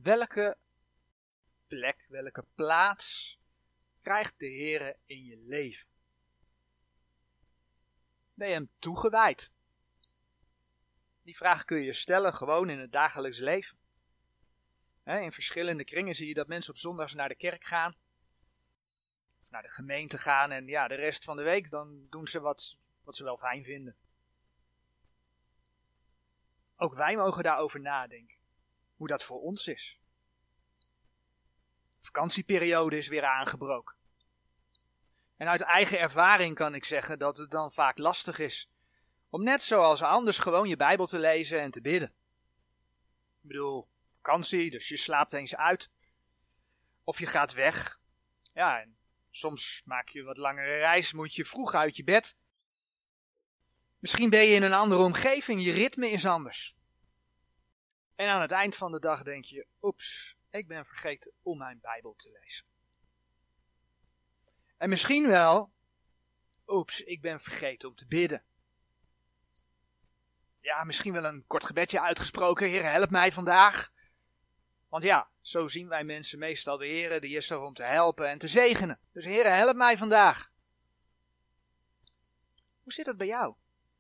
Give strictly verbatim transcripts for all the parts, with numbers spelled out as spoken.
Welke plek, welke plaats krijgt de Heere in je leven? Ben je hem toegewijd? Die vraag kun je stellen gewoon in het dagelijks leven. In verschillende kringen zie je dat mensen op zondags naar de kerk gaan. Of naar de gemeente gaan en ja, de rest van de week dan doen ze wat, wat ze wel fijn vinden. Ook wij mogen daarover nadenken. Hoe dat voor ons is. De vakantieperiode is weer aangebroken. En uit eigen ervaring kan ik zeggen dat het dan vaak lastig is om net zoals anders gewoon je Bijbel te lezen en te bidden. Ik bedoel, vakantie, dus je slaapt eens uit. Of je gaat weg. Ja, en soms maak je een wat langere reis, moet je vroeg uit je bed. Misschien ben je in een andere omgeving, je ritme is anders. En aan het eind van de dag denk je, oeps, ik ben vergeten om mijn Bijbel te lezen. En misschien wel, oeps, ik ben vergeten om te bidden. Ja, misschien wel een kort gebedje uitgesproken, Heer, help mij vandaag. Want ja, zo zien wij mensen meestal de Heer, die is er om te helpen en te zegenen. Dus Heer, help mij vandaag. Hoe zit het bij jou?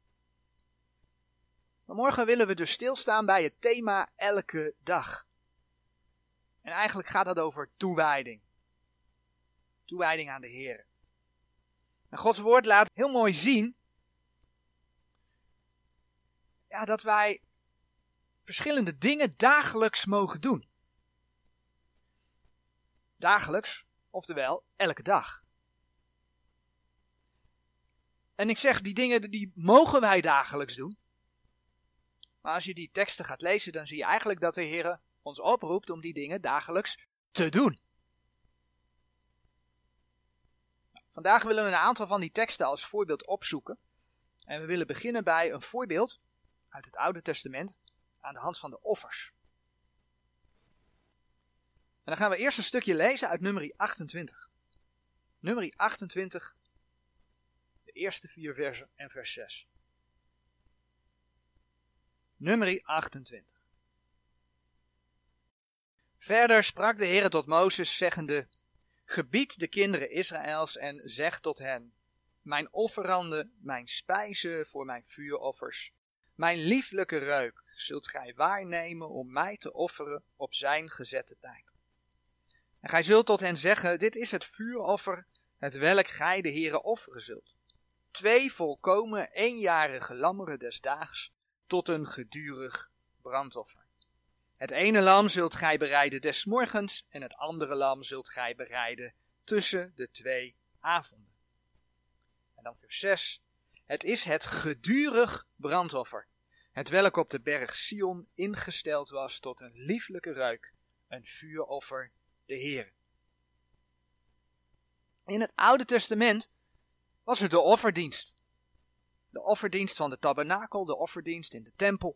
Vanmorgen willen we dus stilstaan bij het thema elke dag. En eigenlijk gaat dat over toewijding. Toewijding aan de Heer. En Gods woord laat heel mooi zien ja, dat wij verschillende dingen dagelijks mogen doen. Dagelijks, oftewel elke dag. En ik zeg, die dingen die mogen wij dagelijks doen. Maar als je die teksten gaat lezen, dan zie je eigenlijk dat de Heer ons oproept om die dingen dagelijks te doen. Nou, vandaag willen we een aantal van die teksten als voorbeeld opzoeken. En we willen beginnen bij een voorbeeld uit het Oude Testament aan de hand van de offers. En dan gaan we eerst een stukje lezen uit Numeri achtentwintig. Numeri achtentwintig, de eerste vier versen en vers zes. Numeri achtentwintig. Verder sprak de Heere tot Mozes, zeggende: Gebied de kinderen Israëls en zeg tot hen: Mijn offeranden, mijn spijzen voor mijn vuuroffers, mijn lieflijke reuk zult gij waarnemen om mij te offeren op zijn gezette tijd. En gij zult tot hen zeggen: Dit is het vuuroffer, het welk gij de Heere offeren zult. Twee volkomen eenjarige lammeren des daags, tot een gedurig brandoffer. Het ene lam zult gij bereiden des morgens en het andere lam zult gij bereiden tussen de twee avonden. En dan vers zes. Het is het gedurig brandoffer, het welk op de berg Sion ingesteld was tot een lieflijke reuk, een vuuroffer de Heer. In het Oude Testament was er de offerdienst. De offerdienst van de tabernakel, de offerdienst in de tempel.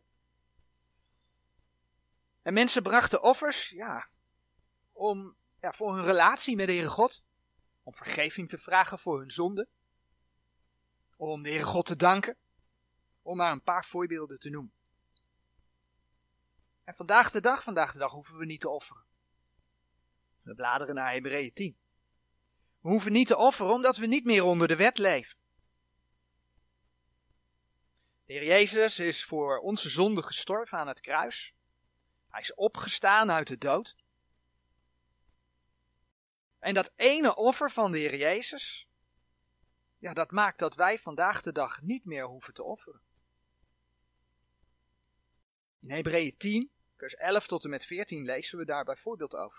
En mensen brachten offers, ja, om, ja, voor hun relatie met de Heere God. Om vergeving te vragen voor hun zonde. Om de Heere God te danken. Om maar een paar voorbeelden te noemen. En vandaag de dag, vandaag de dag hoeven we niet te offeren. We bladeren naar Hebreeën tien. We hoeven niet te offeren omdat we niet meer onder de wet leven. De Heer Jezus is voor onze zonde gestorven aan het kruis. Hij is opgestaan uit de dood. En dat ene offer van de Heer Jezus, ja, dat maakt dat wij vandaag de dag niet meer hoeven te offeren. In Hebreeën tien, vers elf tot en met veertien lezen we daar bijvoorbeeld over.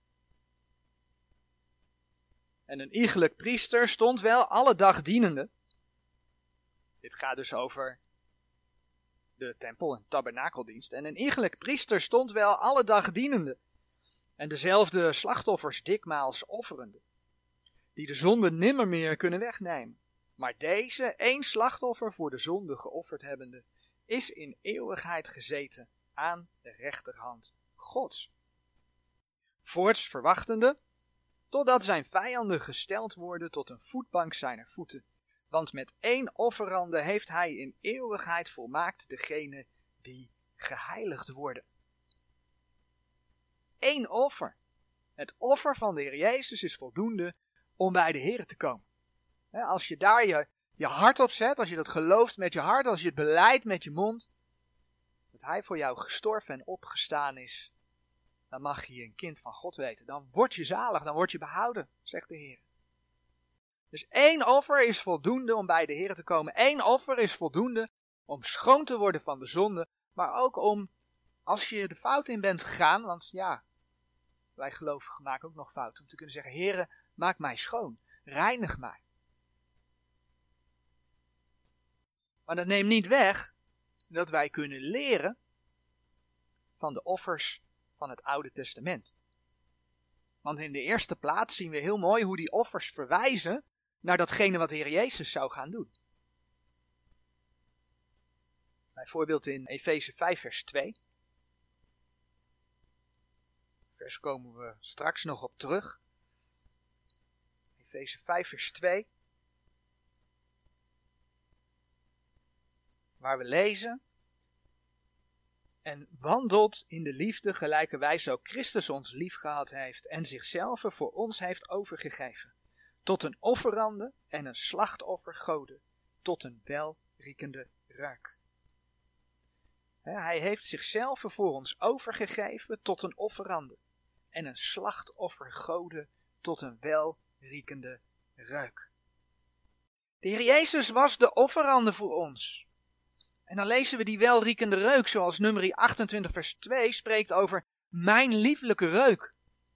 En een iegelijk priester stond wel alle dag dienende. Dit gaat dus over de tempel- en tabernakeldienst. En een iegelijk priester stond wel alle dag dienende. En dezelfde slachtoffers dikmaals offerende. Die de zonde nimmer meer kunnen wegnemen. Maar deze, één slachtoffer voor de zonde geofferd hebbende, is in eeuwigheid gezeten aan de rechterhand Gods. Voorts verwachtende, totdat zijn vijanden gesteld worden tot een voetbank zijner voeten. Want met één offerande heeft hij in eeuwigheid volmaakt degene die geheiligd worden. één offer. Het offer van de Heer Jezus is voldoende om bij de Heer te komen. Als je daar je, je hart op zet, als je dat gelooft met je hart, als je het belijdt met je mond, dat Hij voor jou gestorven en opgestaan is, dan mag je een kind van God weten. Dan word je zalig, dan word je behouden, zegt de Heer. Dus één offer is voldoende om bij de Heer te komen. Eén offer is voldoende om schoon te worden van de zonde, maar ook om, als je de fout in bent gegaan, want ja, wij gelovigen maken ook nog fouten, om te kunnen zeggen, Heere, maak mij schoon, reinig mij. Maar dat neemt niet weg dat wij kunnen leren van de offers van het Oude Testament. Want in de eerste plaats zien we heel mooi hoe die offers verwijzen naar datgene wat de Heer Jezus zou gaan doen. Bijvoorbeeld in Efeze vijf vers twee. Vers komen we straks nog op terug. Efeze vijf vers twee. Waar we lezen: en wandelt in de liefde gelijke wijze ook Christus ons lief gehad heeft en zichzelf voor ons heeft overgegeven, tot een offerande en een slachtoffer gode, tot een welriekende ruik. Hij heeft zichzelf voor ons overgegeven tot een offerande en een slachtoffer gode, tot een welriekende ruik. De Heer Jezus was de offerande voor ons. En dan lezen we die welriekende reuk, zoals nummer achtentwintig vers twee spreekt over mijn lieflijke reuk.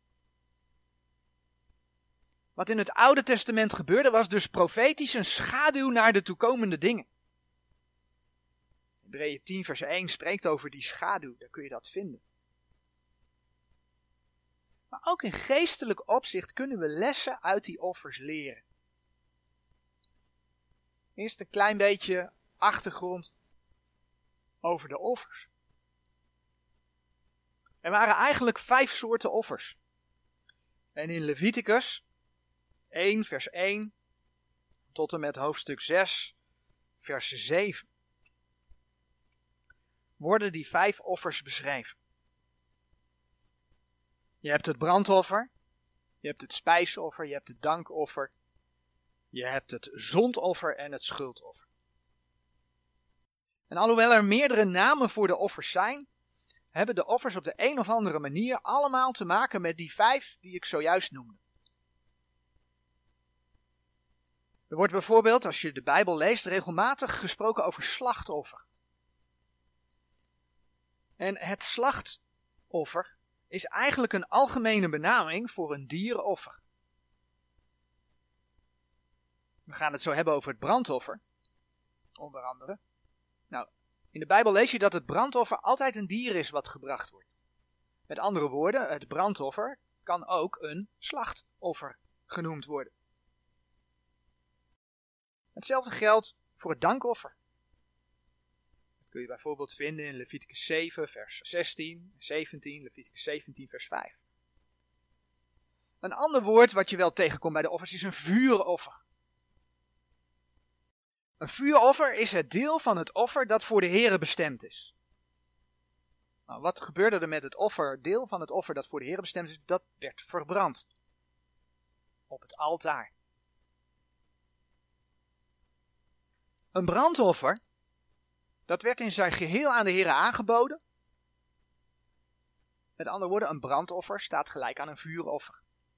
Wat in het Oude Testament gebeurde was dus profetisch een schaduw naar de toekomende dingen. Hebreeën tien vers één spreekt over die schaduw, daar kun je dat vinden. Maar ook in geestelijk opzicht kunnen we lessen uit die offers leren. Eerst een klein beetje achtergrond over de offers. Er waren eigenlijk vijf soorten offers. En in Leviticus één vers één tot en met hoofdstuk zes vers zeven worden die vijf offers beschreven. Je hebt het brandoffer, je hebt het spijsoffer, je hebt het dankoffer, je hebt het zondoffer en het schuldoffer. En alhoewel er meerdere namen voor de offers zijn, hebben de offers op de een of andere manier allemaal te maken met die vijf die ik zojuist noemde. Er wordt bijvoorbeeld, als je de Bijbel leest, regelmatig gesproken over slachtoffer. En het slachtoffer is eigenlijk een algemene benaming voor een dierenoffer. We gaan het zo hebben over het brandoffer, onder andere. Nou, in de Bijbel lees je dat het brandoffer altijd een dier is wat gebracht wordt. Met andere woorden, het brandoffer kan ook een slachtoffer genoemd worden. Hetzelfde geldt voor het dankoffer. Dat kun je bijvoorbeeld vinden in Leviticus zeven vers zestien, zeventien, Leviticus zeventien vers vijf. Een ander woord wat je wel tegenkomt bij de offers is een vuuroffer. Een vuuroffer is het deel van het offer dat voor de Heere bestemd is. Nou, wat gebeurde er met het offer, deel van het offer dat voor de Heere bestemd is? Dat werd verbrand. Op het altaar. Een brandoffer, dat werd in zijn geheel aan de Heere aangeboden. Met andere woorden, een brandoffer staat gelijk aan een vuuroffer.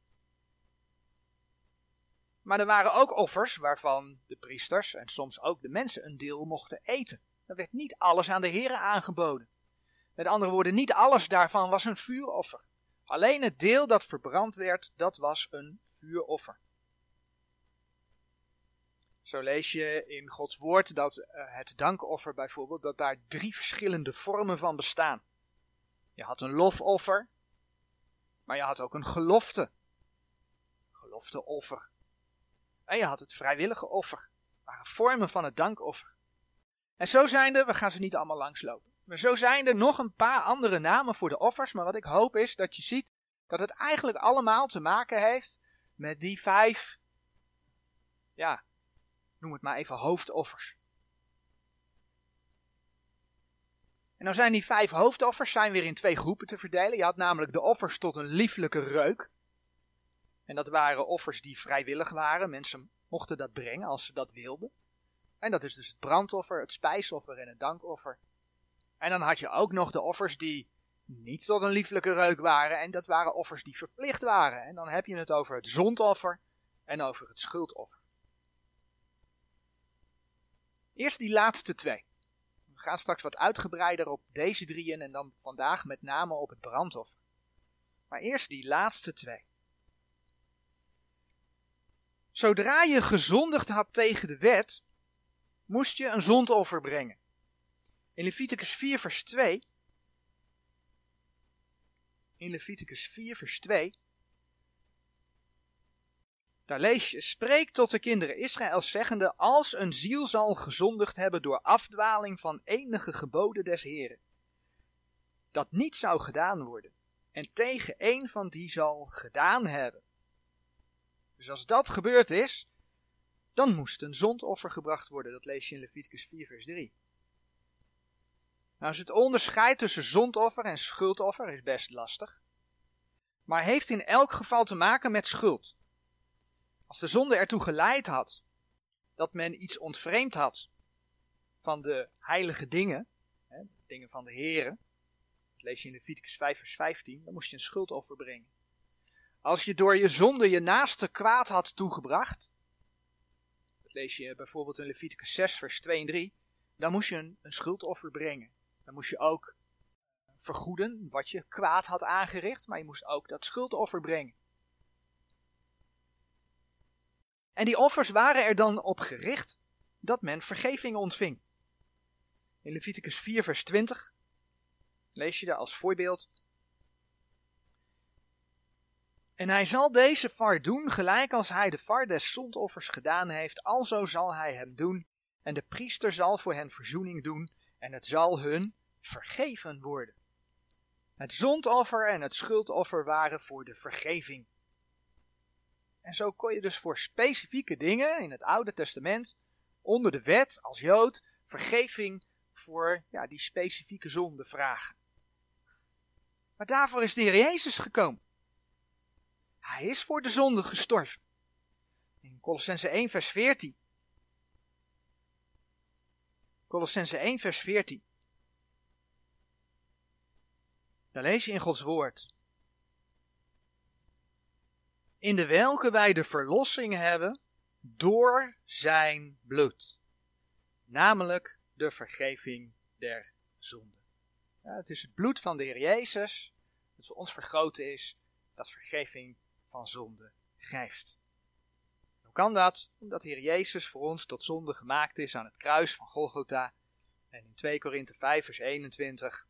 Maar er waren ook offers waarvan de priesters en soms ook de mensen een deel mochten eten. Er werd niet alles aan de Heere aangeboden. Met andere woorden, niet alles daarvan was een vuuroffer. Alleen het deel dat verbrand werd, dat was een vuuroffer. Zo lees je in Gods woord dat uh, het dankoffer bijvoorbeeld, dat daar drie verschillende vormen van bestaan. Je had een lofoffer, maar je had ook een gelofte. Gelofteoffer. En je had het vrijwillige offer. Dat waren vormen van het dankoffer. En zo zijn er, we gaan ze niet allemaal langslopen. Maar zo zijn er nog een paar andere namen voor de offers. Maar wat ik hoop is dat je ziet dat het eigenlijk allemaal te maken heeft met die vijf, ja, noem het maar even hoofdoffers. En dan zijn die vijf hoofdoffers zijn weer in twee groepen te verdelen. Je had namelijk de offers tot een lieflijke reuk. En dat waren offers die vrijwillig waren. Mensen mochten dat brengen als ze dat wilden. En dat is dus het brandoffer, het spijsoffer en het dankoffer. En dan had je ook nog de offers die niet tot een lieflijke reuk waren. En dat waren offers die verplicht waren. En dan heb je het over het zondoffer en over het schuldoffer. Eerst die laatste twee. We gaan straks wat uitgebreider op deze drieën en dan vandaag met name op het brandoffer. Maar eerst die laatste twee. Zodra je gezondigd had tegen de wet, moest je een zondoffer brengen. In Leviticus vier vers twee, in Leviticus vier vers twee, daar lees je, spreek tot de kinderen Israëls zeggende, als een ziel zal gezondigd hebben door afdwaling van enige geboden des Heren, dat niet zou gedaan worden, en tegen een van die zal gedaan hebben. Dus als dat gebeurd is, dan moest een zondoffer gebracht worden. Dat lees je in Leviticus vier vers drie. Nou is het onderscheid tussen zondoffer en schuldoffer is best lastig. Maar heeft in elk geval te maken met schuld. Als de zonde ertoe geleid had dat men iets ontvreemd had van de heilige dingen, hè, dingen van de Here, dat lees je in Leviticus vijf vers vijftien, dan moest je een schuldoffer brengen. Als je door je zonde je naaste kwaad had toegebracht, dat lees je bijvoorbeeld in Leviticus zes vers twee en drie, dan moest je een, een schuldoffer brengen. Dan moest je ook vergoeden wat je kwaad had aangericht, maar je moest ook dat schuldoffer brengen. En die offers waren er dan op gericht dat men vergeving ontving. In Leviticus vier vers twintig lees je daar als voorbeeld. En hij zal deze var doen, gelijk als hij de var des zondoffers gedaan heeft, alzo zal hij hem doen. En de priester zal voor hen verzoening doen, en het zal hun vergeven worden. Het zondoffer en het schuldoffer waren voor de vergeving. En zo kon je dus voor specifieke dingen in het Oude Testament, onder de wet als Jood, vergeving voor ja, die specifieke zonde vragen. Maar daarvoor is de Heer Jezus gekomen. Hij is voor de zonde gestorven. In Kolossenzen één vers veertien. Kolossenzen één vers veertien. Daar lees je in Gods woord. In de welke wij de verlossing hebben door zijn bloed. Namelijk de vergeving der zonde. Ja, het is het bloed van de Heer Jezus dat voor ons vergoten is, dat vergeving van zonde geeft. Hoe kan dat? Omdat de Heer Jezus voor ons tot zonde gemaakt is aan het kruis van Golgotha. En in twee Korinthe vijf vers eenentwintig,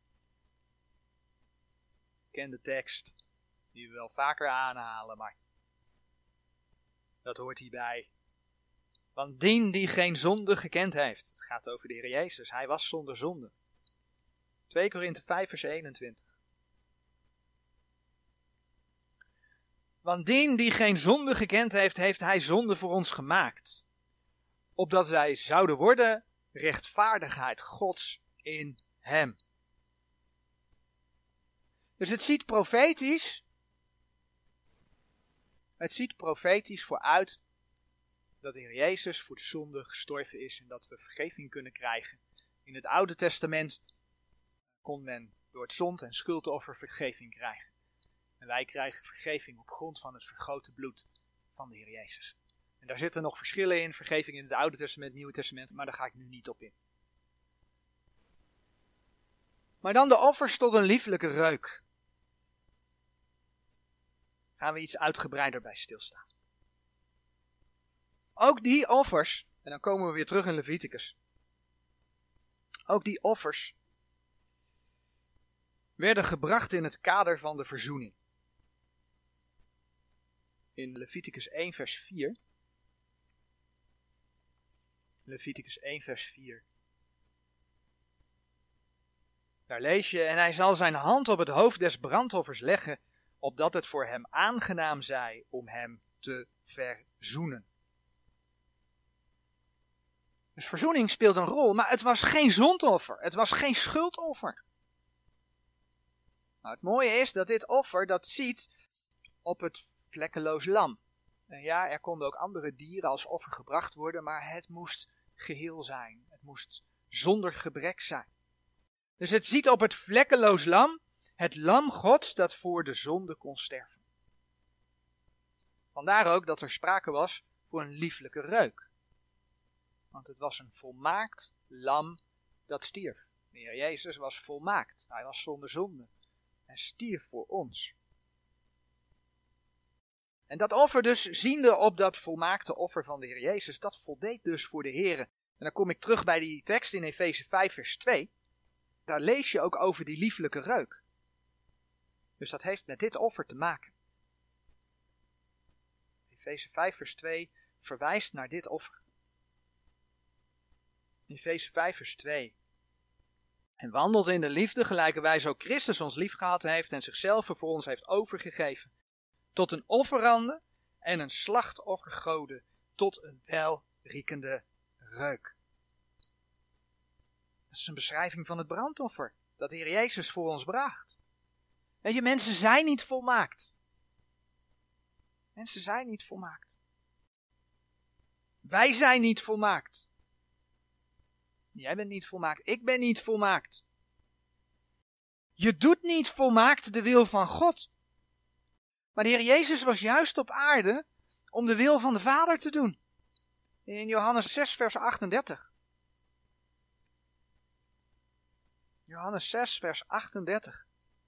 ken de tekst die we wel vaker aanhalen, maar dat hoort hierbij. Want dien die geen zonde gekend heeft, het gaat over de Heer Jezus, hij was zonder zonde. twee Korinthe vijf vers eenentwintig. Want dien die geen zonde gekend heeft, heeft hij zonde voor ons gemaakt, opdat wij zouden worden rechtvaardigheid Gods in hem. Dus het ziet profetisch, het ziet profetisch vooruit dat de Heer Jezus voor de zonde gestorven is en dat we vergeving kunnen krijgen. In het Oude Testament kon men door het zond- en schuldoffer vergeving krijgen. En wij krijgen vergeving op grond van het vergoten bloed van de Heer Jezus. En daar zitten nog verschillen in, vergeving in het Oude Testament, het Nieuwe Testament, maar daar ga ik nu niet op in. Maar dan de offers tot een lieflijke reuk. Gaan we iets uitgebreider bij stilstaan. Ook die offers, en dan komen we weer terug in Leviticus. Ook die offers werden gebracht in het kader van de verzoening. In Leviticus één vers vier. Leviticus één vers vier. Daar lees je, en hij zal zijn hand op het hoofd des brandoffers leggen, opdat het voor hem aangenaam zij om hem te verzoenen. Dus verzoening speelt een rol, maar het was geen zondoffer. Het was geen schuldoffer. Nou, het mooie is dat dit offer, dat ziet op het vlekkeloos lam. En ja, er konden ook andere dieren als offer gebracht worden, maar het moest geheel zijn. Het moest zonder gebrek zijn. Dus het ziet op het vlekkeloos lam, het lam Gods dat voor de zonde kon sterven. Vandaar ook dat er sprake was voor een lieflijke reuk. Want het was een volmaakt lam dat stierf. De Heer Jezus was volmaakt. Hij was zonder zonde. En stierf voor ons. En dat offer dus, ziende op dat volmaakte offer van de Heer Jezus, dat voldeed dus voor de Heer. En dan kom ik terug bij die tekst in Efeze vijf vers twee. Daar lees je ook over die lieflijke reuk. Dus dat heeft met dit offer te maken. Efeze vijf vers twee verwijst naar dit offer. Efeze vijf vers twee. En wandelt in de liefde, gelijke wijze ook Christus ons lief gehad heeft en zichzelf voor ons heeft overgegeven. Tot een offerande en een slachtoffergode, tot een welriekende reuk. Dat is een beschrijving van het brandoffer, dat de Heer Jezus voor ons bracht. Weet je, mensen zijn niet volmaakt. Mensen zijn niet volmaakt. Wij zijn niet volmaakt. Jij bent niet volmaakt. Ik ben niet volmaakt. Je doet niet volmaakt de wil van God. Maar de Heer Jezus was juist op aarde om de wil van de Vader te doen. In Johannes zes vers achtendertig. Johannes zes vers achtendertig.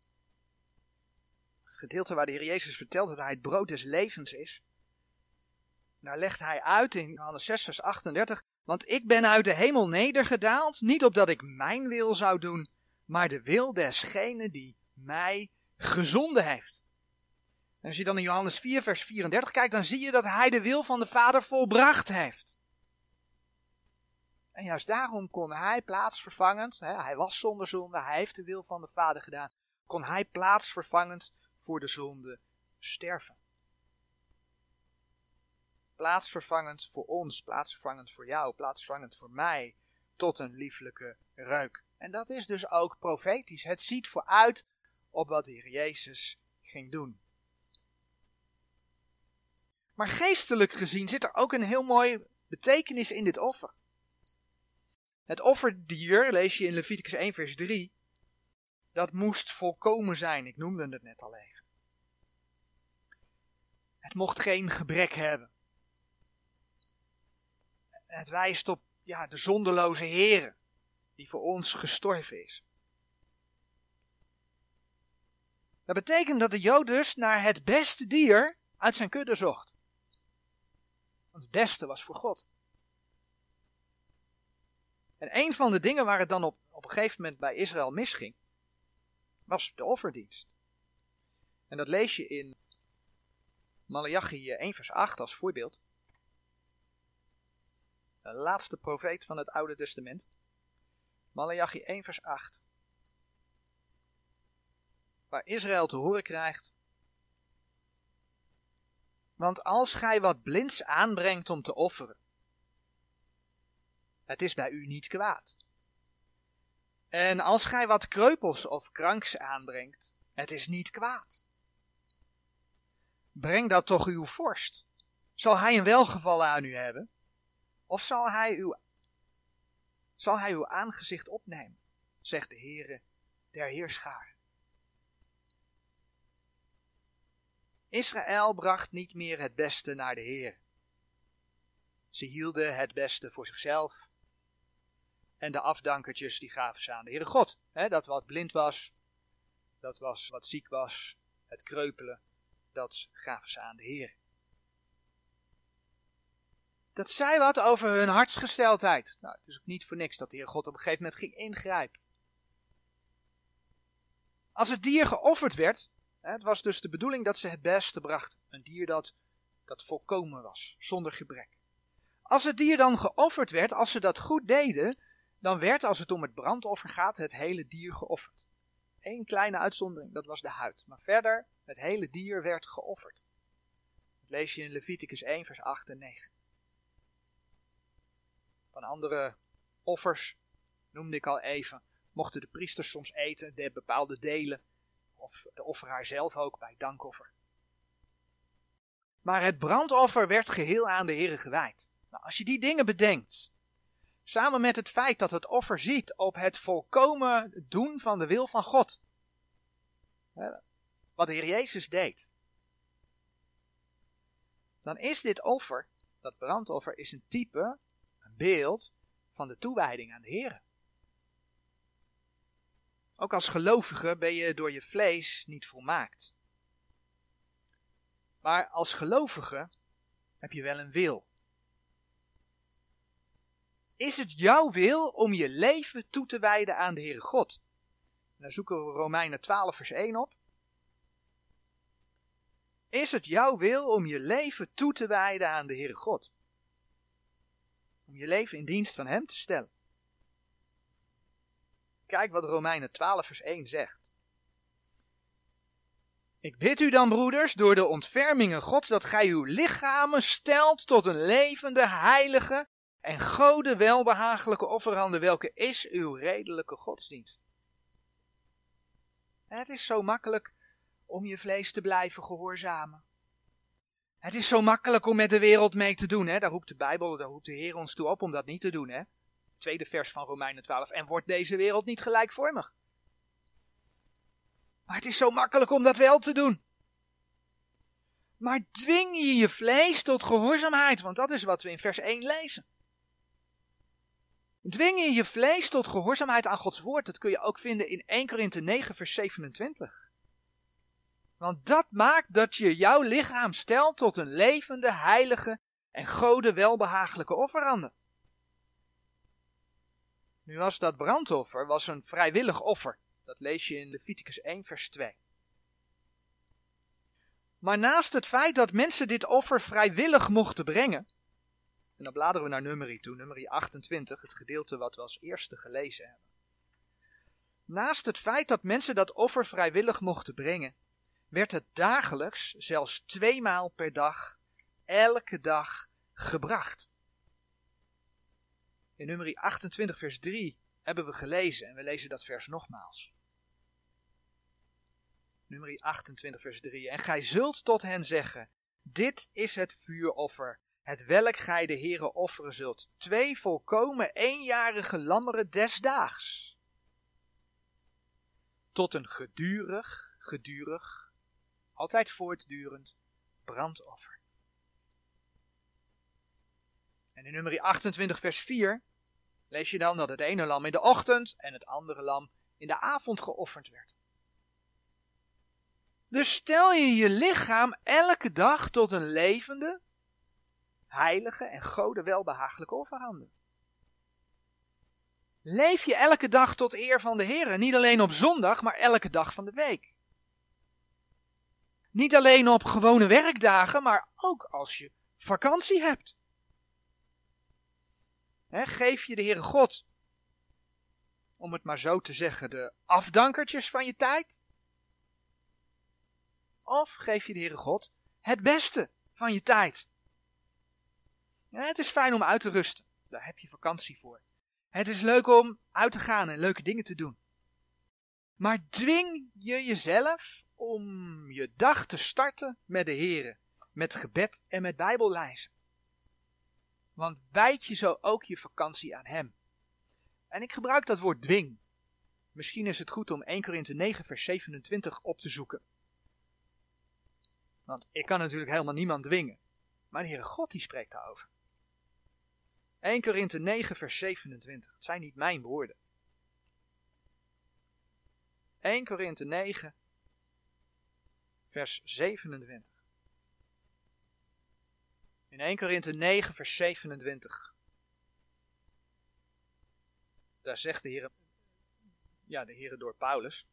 Het gedeelte waar de Heer Jezus vertelt dat hij het brood des levens is. Daar legt hij uit in Johannes zes vers achtendertig. Want ik ben uit de hemel nedergedaald, niet opdat ik mijn wil zou doen, maar de wil desgene die mij gezonden heeft. En als je dan in Johannes vier vers vierendertig kijkt, dan zie je dat hij de wil van de Vader volbracht heeft. En juist daarom kon hij plaatsvervangend, hè, hij was zonder zonde, hij heeft de wil van de Vader gedaan, kon hij plaatsvervangend voor de zonde sterven. Plaatsvervangend voor ons, plaatsvervangend voor jou, plaatsvervangend voor mij, tot een lieflijke reuk. En dat is dus ook profetisch. Het ziet vooruit op wat de Heer Jezus ging doen. Maar geestelijk gezien zit er ook een heel mooi betekenis in dit offer. Het offerdier, lees je in Leviticus één vers drie, dat moest volkomen zijn. Ik noemde het net al even. Het mocht geen gebrek hebben. Het wijst op ja, de zonderloze Heere, die voor ons gestorven is. Dat betekent dat de Jood dus naar het beste dier uit zijn kudde zocht. Want het beste was voor God. En een van de dingen waar het dan op, op een gegeven moment bij Israël misging, was de offerdienst. En dat lees je in Maleachi één vers acht als voorbeeld. De laatste profeet van het Oude Testament. Maleachi één vers acht. Waar Israël te horen krijgt. Want als gij wat blinds aanbrengt om te offeren, het is bij u niet kwaad. En als gij wat kreupels of kranks aanbrengt, het is niet kwaad. Breng dat toch uw vorst. Zal hij een welgevallen aan u hebben? Of zal hij uw, zal hij uw aangezicht opnemen, zegt de Heere der Heerscharen. Israël bracht niet meer het beste naar de Heer. Ze hielden het beste voor zichzelf. En de afdankertjes die gaven ze aan de Heere God. He, dat wat blind was, dat was wat ziek was, het kreupelen, dat gaven ze aan de Heer. Dat zei wat over hun hartsgesteldheid. Nou, het is ook niet voor niks dat de Heer God op een gegeven moment ging ingrijpen. Als het dier geofferd werd, het was dus de bedoeling dat ze het beste brachten. Een dier dat, dat volkomen was, zonder gebrek. Als het dier dan geofferd werd, als ze dat goed deden, dan werd, als het om het brandoffer gaat, het hele dier geofferd. Eén kleine uitzondering, dat was de huid. Maar verder, het hele dier werd geofferd. Dat lees je in Leviticus één vers acht en negen. Van andere offers, noemde ik al even, mochten de priesters soms eten, de bepaalde delen, of de offeraar zelf ook bij dankoffer. Maar het brandoffer werd geheel aan de Heere gewijd. Nou, als je die dingen bedenkt, samen met het feit dat het offer ziet op het volkomen doen van de wil van God, wat de Heer Jezus deed, dan is dit offer, dat brandoffer, is een type, een beeld van de toewijding aan de Heere. Ook als gelovige ben je door je vlees niet volmaakt. Maar als gelovige heb je wel een wil. Is het jouw wil om je leven toe te wijden aan de Heere God? En dan zoeken we Romeinen twaalf vers één op. Is het jouw wil om je leven toe te wijden aan de Heere God? Om je leven in dienst van Hem te stellen. Kijk wat Romeinen twaalf vers één zegt. Ik bid u dan, broeders, door de ontfermingen Gods, dat gij uw lichamen stelt tot een levende, heilige en Gode welbehagelijke offerande, welke is uw redelijke godsdienst. Het is zo makkelijk om je vlees te blijven gehoorzamen. Het is zo makkelijk om met de wereld mee te doen. Hè? Daar roept de Bijbel, daar roept de Heer ons toe op om dat niet te doen. Hè? Tweede vers van Romeinen twaalf. En wordt deze wereld niet gelijkvormig. Maar het is zo makkelijk om dat wel te doen. Maar dwing je je vlees tot gehoorzaamheid, want dat is wat we in vers één lezen. Dwing je je vlees tot gehoorzaamheid aan Gods woord. Dat kun je ook vinden in Eerste Korinthe negen vers zevenentwintig. Want dat maakt dat je jouw lichaam stelt tot een levende, heilige en Gode welbehagelijke offerande. Nu was dat brandoffer was een vrijwillig offer. Dat lees je in Leviticus één vers twee. Maar naast het feit dat mensen dit offer vrijwillig mochten brengen, en dan bladeren we naar Numeri toe, Numeri achtentwintig, het gedeelte wat we als eerste gelezen hebben. Naast het feit dat mensen dat offer vrijwillig mochten brengen, werd het dagelijks, zelfs tweemaal per dag, elke dag gebracht. In Numeri achtentwintig vers drie hebben we gelezen en we lezen dat vers nogmaals. Numeri achtentwintig vers drie. En gij zult tot hen zeggen, dit is het vuuroffer, het welk gij de Heere offeren zult. Twee volkomen eenjarige lammeren desdaags. Tot een gedurig, gedurig, altijd voortdurend brandoffer. En in Numeri achtentwintig vers vier lees je dan dat het ene lam in de ochtend en het andere lam in de avond geofferd werd. Dus stel je je lichaam elke dag tot een levende, heilige en Gode welbehagelijke offerande. Leef je elke dag tot eer van de Heere, niet alleen op zondag, maar elke dag van de week. Niet alleen op gewone werkdagen, maar ook als je vakantie hebt. He, geef je de Heere God, om het maar zo te zeggen, de afdankertjes van je tijd? Of geef je de Heere God het beste van je tijd? Ja, het is fijn om uit te rusten, daar heb je vakantie voor. Het is leuk om uit te gaan en leuke dingen te doen. Maar dwing je jezelf om je dag te starten met de Heere, met gebed en met Bijbellezen. Want wijd je zo ook je vakantie aan Hem. En ik gebruik dat woord dwing. Misschien is het goed om Eerste Korinthe negen vers zevenentwintig op te zoeken. Want ik kan natuurlijk helemaal niemand dwingen. Maar de Heere God die spreekt daarover. Eerste Korinthe negen vers zevenentwintig. Het zijn niet mijn woorden. Eerste Korinthe negen vers zevenentwintig. In Eerste Korinthe negen vers zevenentwintig. Daar zegt de Heer, ja de Heer door Paulus.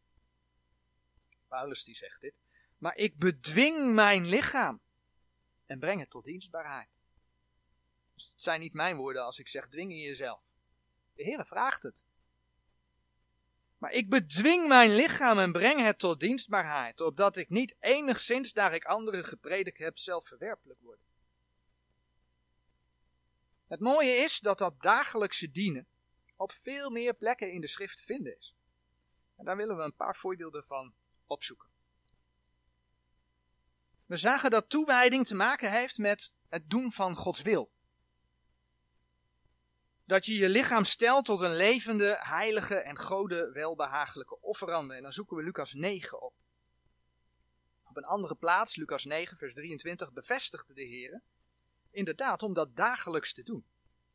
Paulus die zegt dit. Maar ik bedwing mijn lichaam en breng het tot dienstbaarheid. Dus het zijn niet mijn woorden als ik zeg dwing je jezelf. De Heer vraagt het. Maar ik bedwing mijn lichaam en breng het tot dienstbaarheid, opdat ik niet enigszins, daar ik anderen gepredikt heb, zelf verwerpelijk word. Het mooie is dat dat dagelijkse dienen op veel meer plekken in de schrift te vinden is. En daar willen we een paar voorbeelden van opzoeken. We zagen dat toewijding te maken heeft met het doen van Gods wil. Dat je je lichaam stelt tot een levende, heilige en Gode welbehagelijke offerande. En dan zoeken we Lucas negen op. Op een andere plaats, Lucas negen vers drieëntwintig, bevestigde de Heer inderdaad om dat dagelijks te doen.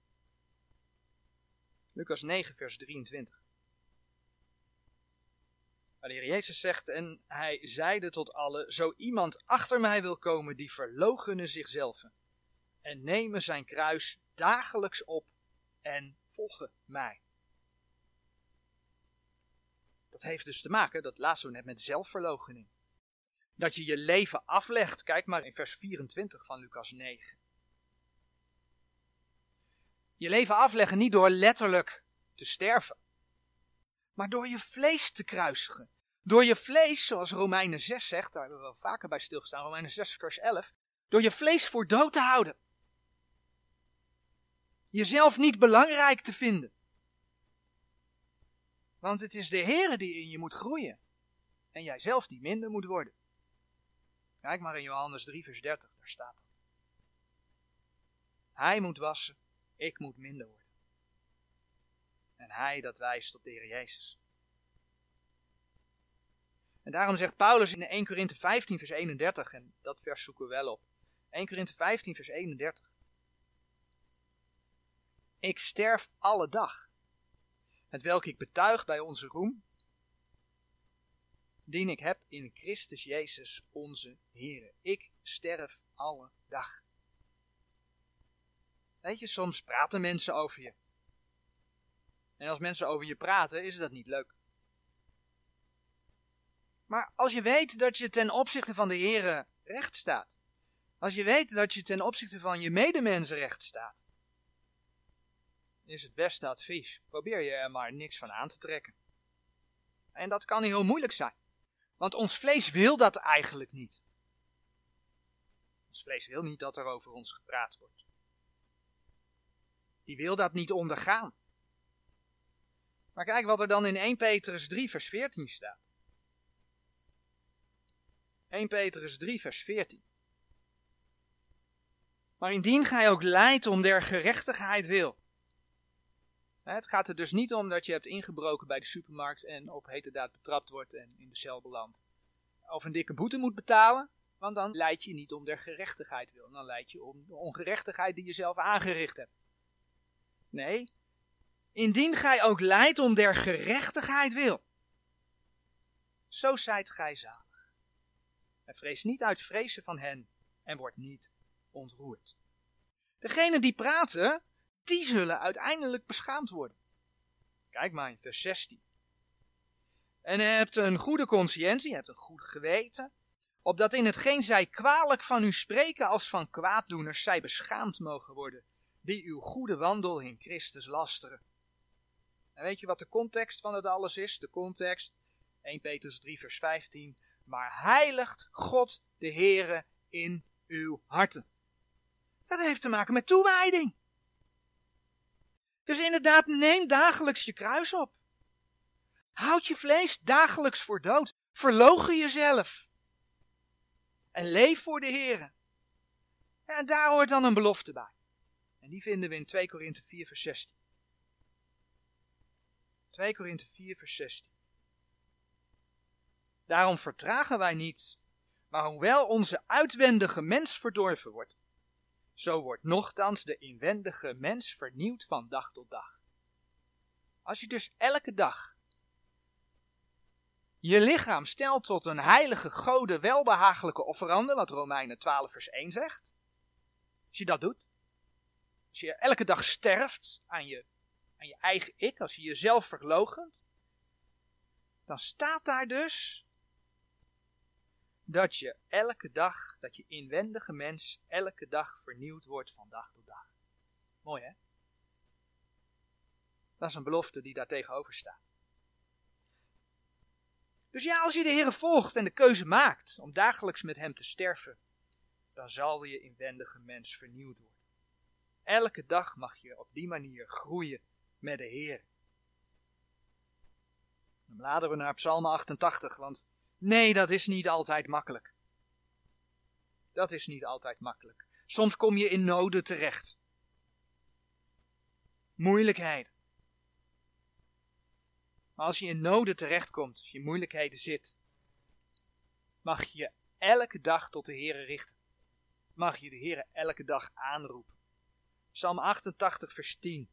Lucas negen vers drieëntwintig. Waar de Heer Jezus zegt, en hij zeide tot allen, zo iemand achter mij wil komen, die verloochene zichzelf en nemen zijn kruis dagelijks op en volgen mij. Dat heeft dus te maken, dat lazen we net, met zelfverloochening. Dat je je leven aflegt. Kijk maar in vers vierentwintig van Lucas negen. Je leven afleggen niet door letterlijk te sterven, maar door je vlees te kruisigen. Door je vlees, zoals Romeinen zes zegt, daar hebben we wel vaker bij stilgestaan, Romeinen zes vers elf, door je vlees voor dood te houden. Jezelf niet belangrijk te vinden. Want het is de Heere die in je moet groeien. En jijzelf die minder moet worden. Kijk maar in Johannes drie vers dertig, daar staat dat. Hij moet wassen, ik moet minder worden. En hij, dat wijst op de Heer Jezus. En daarom zegt Paulus in Eerste Korinthe vijftien vers eenendertig, en dat vers zoeken we wel op. Eerste Korinthe vijftien vers eenendertig. Ik sterf alle dag, hetwelk ik betuig bij onze roem, dien ik heb in Christus Jezus onze Heere. Ik sterf alle dag. Weet je, soms praten mensen over je. En als mensen over je praten, is dat niet leuk. Maar als je weet dat je ten opzichte van de Heere recht staat, als je weet dat je ten opzichte van je medemensen recht staat, is het beste advies, probeer je er maar niks van aan te trekken. En dat kan heel moeilijk zijn. Want ons vlees wil dat eigenlijk niet. Ons vlees wil niet dat er over ons gepraat wordt. Die wil dat niet ondergaan. Maar kijk wat er dan in Eerste Petrus drie vers veertien staat. Eerste Petrus drie vers veertien. Maar indien gij ook lijdt om der gerechtigheid wil. Het gaat er dus niet om dat je hebt ingebroken bij de supermarkt en op heterdaad betrapt wordt en in de cel belandt. Of een dikke boete moet betalen, want dan lijd je niet om der gerechtigheid wil. Dan lijd je om de ongerechtigheid die je zelf aangericht hebt. Nee, indien gij ook lijdt om der gerechtigheid wil, zo zijt gij zalig. En vrees niet uit vrezen van hen en wordt niet ontroerd. Degenen die praten, die zullen uiteindelijk beschaamd worden. Kijk maar in vers zestien. En je hebt een goede consciëntie, je hebt een goed geweten, opdat in hetgeen zij kwalijk van u spreken als van kwaaddoeners, zij beschaamd mogen worden, die uw goede wandel in Christus lasteren. En weet je wat de context van het alles is? De context, Eerste Petrus drie vers vijftien, maar heiligt God de Heere in uw harten. Dat heeft te maken met toewijding. Dus inderdaad, neem dagelijks je kruis op. Houd je vlees dagelijks voor dood. Verloochen jezelf. En leef voor de Heere. En daar hoort dan een belofte bij. En die vinden we in Tweede Korinthe vier vers zestien. Tweede Korinthe vier vers zestien. Daarom vertragen wij niet, maar hoewel onze uitwendige mens verdorven wordt, zo wordt nochtans de inwendige mens vernieuwd van dag tot dag. Als je dus elke dag je lichaam stelt tot een heilige, Gode, welbehagelijke offerande, wat Romeinen twaalf vers één zegt. Als je dat doet, als je elke dag sterft aan je, aan je eigen ik, als je jezelf verloochent, dan staat daar dus dat je elke dag, dat je inwendige mens elke dag vernieuwd wordt van dag tot dag. Mooi hè? Dat is een belofte die daar tegenover staat. Dus ja, als je de Heere volgt en de keuze maakt om dagelijks met hem te sterven, dan zal je inwendige mens vernieuwd worden. elke dag mag je op die manier groeien met de Heer. Dan bladeren we naar Psalm achtentachtig, want nee, dat is niet altijd makkelijk. Dat is niet altijd makkelijk. Soms kom je in noden terecht. Moeilijkheden. Maar als je in noden terechtkomt, als je in moeilijkheden zit, mag je elke dag tot de Heere richten. Mag je de Heere elke dag aanroepen. Psalm achtentachtig vers tien.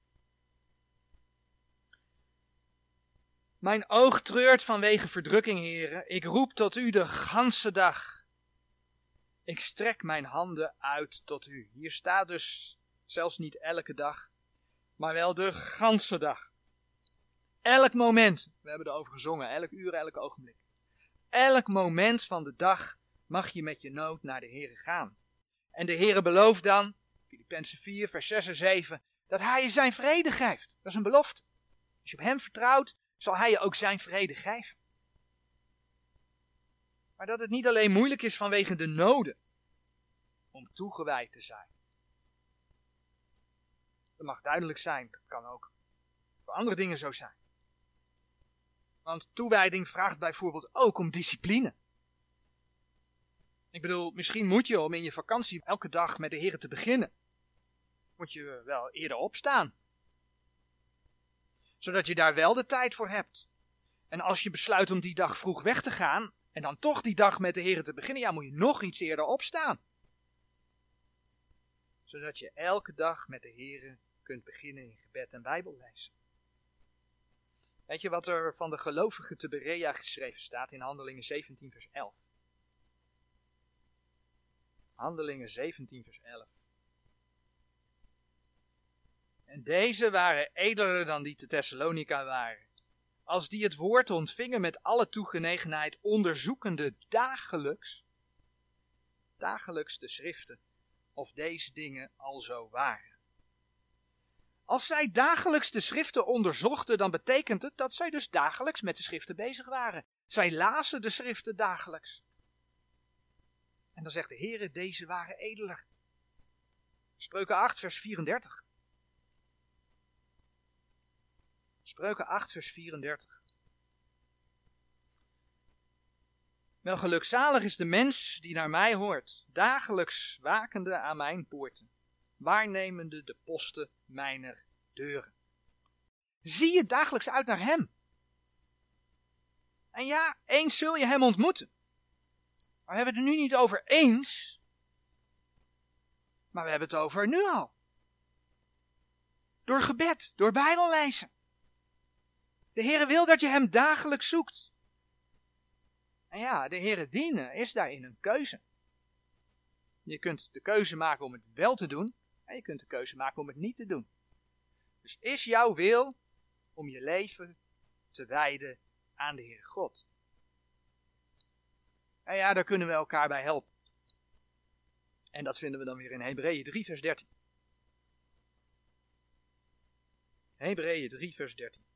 Mijn oog treurt vanwege verdrukking, Heere. Ik roep tot u de ganse dag. Ik strek mijn handen uit tot u. Hier staat dus zelfs niet elke dag, maar wel de ganse dag. Elk moment, we hebben erover gezongen, elk uur, elk ogenblik. Elk moment van de dag mag je met je nood naar de Heere gaan. En de Heere belooft dan, Filippenzen vier vers zes en zeven, dat hij je zijn vrede geeft. Dat is een belofte. Als je op hem vertrouwt, zal hij je ook zijn vrede geven. Maar dat het niet alleen moeilijk is vanwege de noden om toegewijd te zijn. Dat mag duidelijk zijn, dat kan ook voor andere dingen zo zijn. Want toewijding vraagt bijvoorbeeld ook om discipline. Ik bedoel, misschien moet je om in je vakantie elke dag met de Heer te beginnen, moet je wel eerder opstaan. Zodat je daar wel de tijd voor hebt. En als je besluit om die dag vroeg weg te gaan, en dan toch die dag met de Heer te beginnen, ja, moet je nog iets eerder opstaan. Zodat je elke dag met de Heer kunt beginnen in gebed en Bijbellezen. Weet je wat er van de gelovigen te Berea geschreven staat in Handelingen zeventien vers elf? Handelingen zeventien vers elf. En deze waren edeler dan die te Thessalonica waren, als die het woord ontvingen met alle toegenegenheid, onderzoekende dagelijks, dagelijks de schriften, of deze dingen al zo waren. Als zij dagelijks de schriften onderzochten, dan betekent het dat zij dus dagelijks met de schriften bezig waren. Zij lazen de schriften dagelijks. En dan zegt de Heere, deze waren edeler. Spreuken acht vers vierendertig. Spreuken acht vers vierendertig. Wel gelukzalig is de mens die naar mij hoort, dagelijks wakende aan mijn poorten, waarnemende de posten mijner deuren. Zie je dagelijks uit naar hem. En ja, eens zul je hem ontmoeten. Maar we hebben het er nu niet over eens, maar we hebben het over nu al. Door gebed, door Bijbellezen. De Heere wil dat je hem dagelijks zoekt. En ja, de Heere dienen is daarin een keuze. Je kunt de keuze maken om het wel te doen, en je kunt de keuze maken om het niet te doen. Dus is jouw wil om je leven te wijden aan de Heere God? En ja, daar kunnen we elkaar bij helpen. En dat vinden we dan weer in Hebreeën drie vers dertien. Hebreeën drie vers dertien.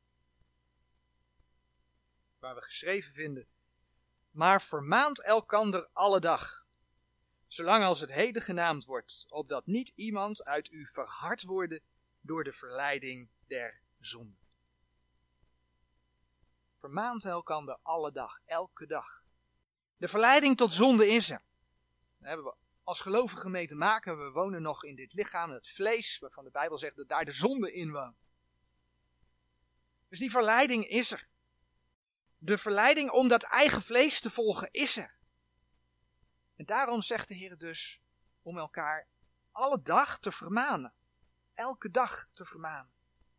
Waar we geschreven vinden: maar vermaant elkander alle dag, zolang als het heden genaamd wordt, opdat niet iemand uit u verhard worden door de verleiding der zonde. Vermaant elkander alle dag, elke dag. De verleiding tot zonde is er. Daar hebben we als gelovige mee te maken. We wonen nog in dit lichaam, het vlees, waarvan de Bijbel zegt dat daar de zonde in woont. Dus die verleiding is er. De verleiding om dat eigen vlees te volgen is er. En daarom zegt de Heer dus om elkaar alle dag te vermanen. Elke dag te vermanen.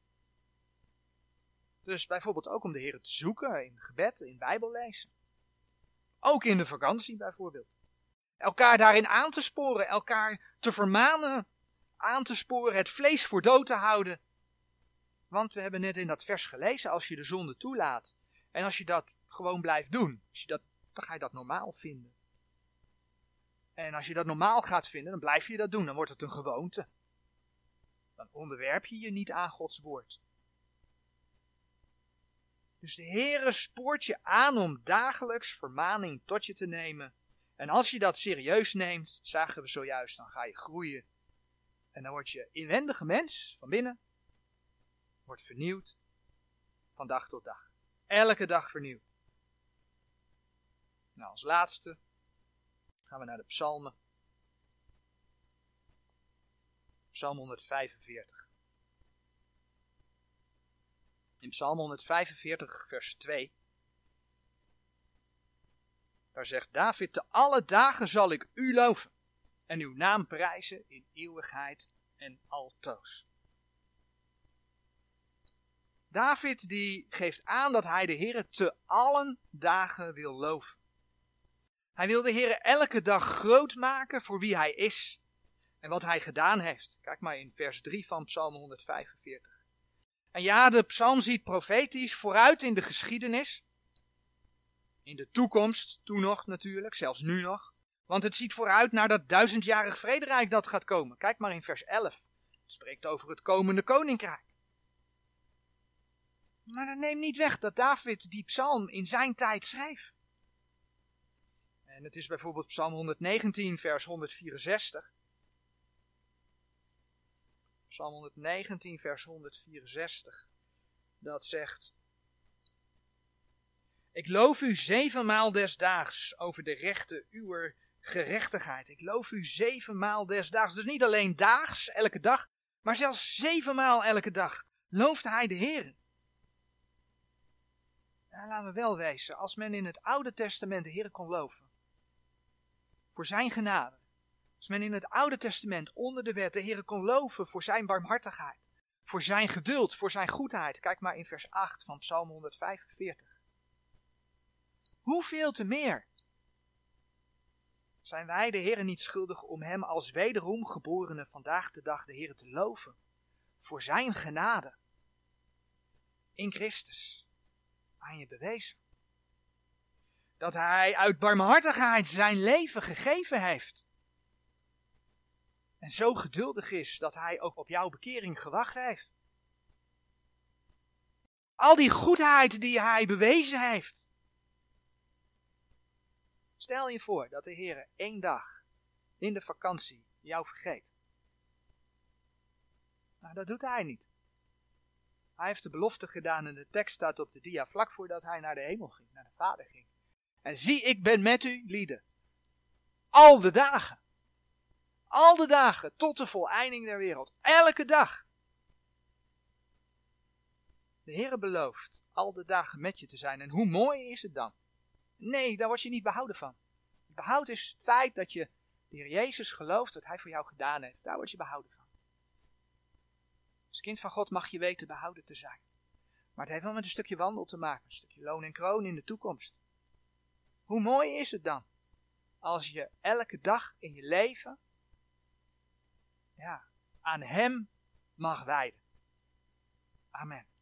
Dus bijvoorbeeld ook om de Heer te zoeken in gebed, in Bijbellezen. Ook in de vakantie bijvoorbeeld. Elkaar daarin aan te sporen, elkaar te vermanen, aan te sporen, het vlees voor dood te houden. Want we hebben net in dat vers gelezen, als je de zonde toelaat en als je dat gewoon blijft doen, als je dat, dan ga je dat normaal vinden. En als je dat normaal gaat vinden, dan blijf je dat doen, dan wordt het een gewoonte. Dan onderwerp je je niet aan Gods woord. Dus de Heere spoort je aan om dagelijks vermaning tot je te nemen. En als je dat serieus neemt, zagen we zojuist, dan ga je groeien. En En dan wordt je inwendige mens van binnen wordt vernieuwd van dag tot dag. Elke dag vernieuwd. Nou, als laatste gaan we naar de psalmen. Psalm honderdvijfenveertig. In Psalm honderdvijfenveertig vers twee. Daar zegt David: te alle dagen zal ik u loven en uw naam prijzen in eeuwigheid en altoos. David die geeft aan dat hij de Heere te allen dagen wil loven. Hij wil de Heere elke dag groot maken voor wie hij is en wat hij gedaan heeft. Kijk maar in vers drie van Psalm honderdvijfenveertig. En ja, de psalm ziet profetisch vooruit in de geschiedenis. In de toekomst, toen nog natuurlijk, zelfs nu nog. Want het ziet vooruit naar dat duizendjarig vrederijk dat gaat komen. Kijk maar in vers elf. Het spreekt over het komende koninkrijk. Maar dat neemt niet weg dat David die psalm in zijn tijd schreef. En het is bijvoorbeeld Psalm honderdnegentien vers honderdvierenzestig. Psalm honderdnegentien vers honderdvierenzestig. Dat zegt: ik loof u zevenmaal des daags over de rechten uwer gerechtigheid. Ik loof u zevenmaal des daags. Dus niet alleen daags, elke dag, maar zelfs zevenmaal elke dag looft hij de Heer. Nou, laten we wel wezen, als men in het Oude Testament de Heer kon loven, voor zijn genade, als men in het Oude Testament onder de wet de Heer kon loven voor zijn barmhartigheid, voor zijn geduld, voor zijn goedheid. Kijk maar in vers acht van Psalm honderdvijfenveertig. Hoeveel te meer zijn wij de Heere niet schuldig om hem als wederom geborene vandaag de dag de Heere te loven voor zijn genade in Christus aan je bewezen. Dat hij uit barmhartigheid zijn leven gegeven heeft. En zo geduldig is dat hij ook op jouw bekering gewacht heeft. Al die goedheid die hij bewezen heeft. Stel je voor dat de Heer één dag in de vakantie jou vergeet. Nou, dat doet hij niet. Hij heeft de belofte gedaan en de tekst staat op de dia vlak voordat hij naar de hemel ging, naar de Vader ging. En zie, ik ben met u, lieden. Al de dagen. Al de dagen tot de voleinding der wereld. Elke dag. De Heer belooft al de dagen met je te zijn. En hoe mooi is het dan? Nee, daar word je niet behouden van. Het behoud is het feit dat je de Heer Jezus gelooft wat hij voor jou gedaan heeft. Daar word je behouden van. Als kind van God mag je weten behouden te zijn. Maar het heeft wel met een stukje wandel te maken. Een stukje loon en kroon in de toekomst. Hoe mooi is het dan als je elke dag in je leven ja, aan hem mag wijden. Amen.